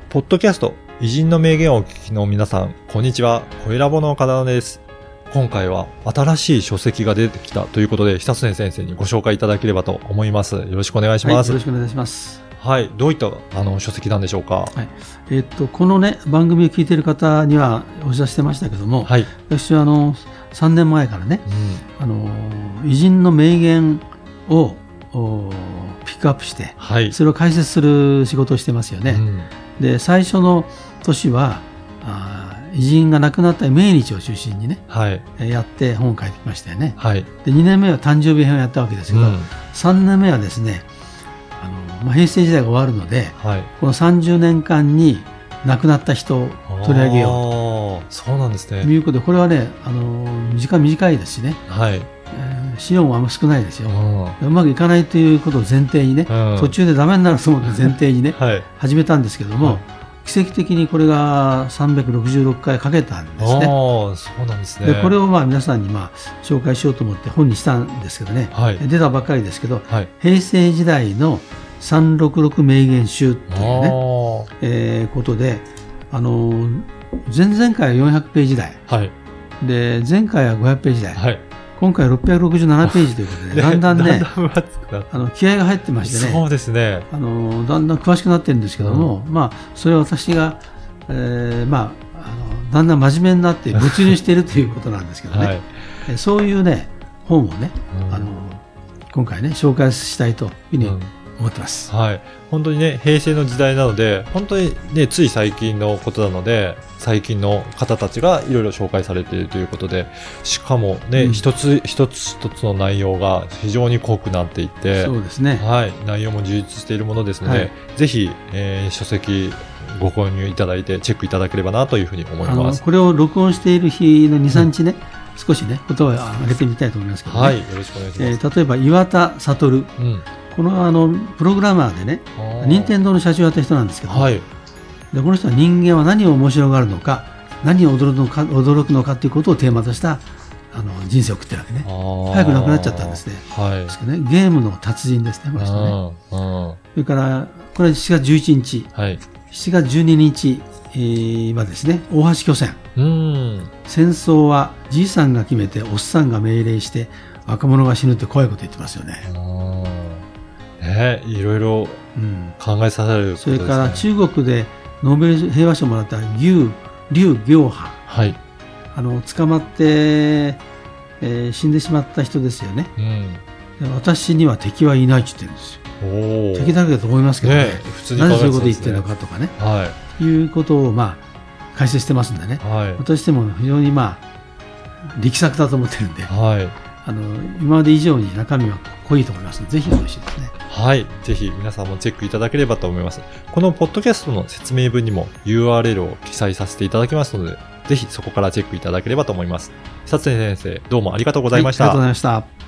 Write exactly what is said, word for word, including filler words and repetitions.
ポッドキャスト偉人の名言をお聞きの皆さん、こんにちは。声ラボの片野です。今回は新しい書籍が出てきたということで、久常先生にご紹介いただければと思います。よろしくお願いします。 はい、よろしくお願いします。 はい、どういったあの書籍なんでしょうか。 はい、えー、っとこのね番組を聞いている方にはお知らせしてましたけども、はい、私はあのさんねんまえからね、うん、あの偉人の名言をピックアップして、はい、それを解説する仕事をしてますよね。うん、で最初の年はあ偉人が亡くなった命日を中心にね、はい、やって本を書いてきましたよね。はい、でにねんめは誕生日編をやったわけですけど、うん、さんねんめはですね、あのまあ、平成時代が終わるので、はい、このさんじゅうねんかんに亡くなった人を取り上げようと。 そうなんですね。 ということで、これはね、あの時間短いですしね、はい、えー、資料もあんま少ないですよ。うまくいかないということを前提にね、うん、途中でダメになると思って前提にね、はい、始めたんですけども、はい、奇跡的にこれがさんびゃくろくじゅうろっかい書けたんですね。 そうなんですね。 でこれをまあ皆さんにまあ紹介しようと思って本にしたんですけどね、はい、出たばっかりですけど、はい、平成時代のさんびゃくろくじゅうろく名言集というね、えー、ことで、あのー、前々回はよんひゃくページ台、はい、で前回はごひゃくページ台、はい、今回はろっぴゃくろくじゅうななページということで、ね、だんだんねあの気合が入ってましてね、 そうですね、 あのだんだん詳しくなってるんですけども、うん、まあそれは私が、えー、まあ、あのだんだん真面目になって没入しているということなんですけどね、はい、そういうね本をね、うん、あの今回ね紹介したいというふうに、うん思ってます。 はい、本当にね平成の時代なので、本当にねつい最近のことなので、最近の方たちがいろいろ紹介されているということで、しかもね、うん、一つ一つ一つの内容が非常に濃くなっていて、 そうですね、 はい、内容も充実しているものですので、はい、ぜひ、えー、書籍ご購入いただいてチェックいただければなというふうに思います。 これを録音している日のに、さんにちね、うん、少しね言葉を上げてみたいと思いますけどね。 はい、よろしくお願いします。えー、例えば岩田悟、うん、このあのプログラマーでね、任天堂の社長をやった人なんですけど、はい、でこの人は人間は何を面白がるのか、何を驚くのか驚くのかということをテーマとしたあの人生を送ってるわけね。早く亡くなっちゃったんですね。はい、ですけどね、ゲームの達人ですね、この人ね。それからこれはしちがつじゅういちにち、はい、しちがつじゅうににち、えー、はですね、大橋巨泉、うん、戦争はじいさんが決めておっさんが命令して若者が死ぬって怖いこと言ってますよね。 ね、いろいろ考えさせられることですね。 それから中国でノーベル平和賞をもらった劉劉暁波、はい、あの捕まって、えー、死んでしまった人ですよね。うん、私には敵はいないって言ってるんですよ。敵だらけだと思いますけどね、ね、普通になぜそういうこと言ってるのかとかね、はい、いうことをまあ解説してますんでね、はい、私でも非常にまあ力作だと思ってるんで、はい、あの今まで以上に中身は濃いと思いますので、ぜひよろしいですね。 はい、ぜひ皆さんもチェックいただければと思います。このポッドキャストの説明文にも ユーアールエル を記載させていただきますので、ぜひそこからチェックいただければと思います。久常先生、どうもありがとうございました。 はい、ありがとうございました。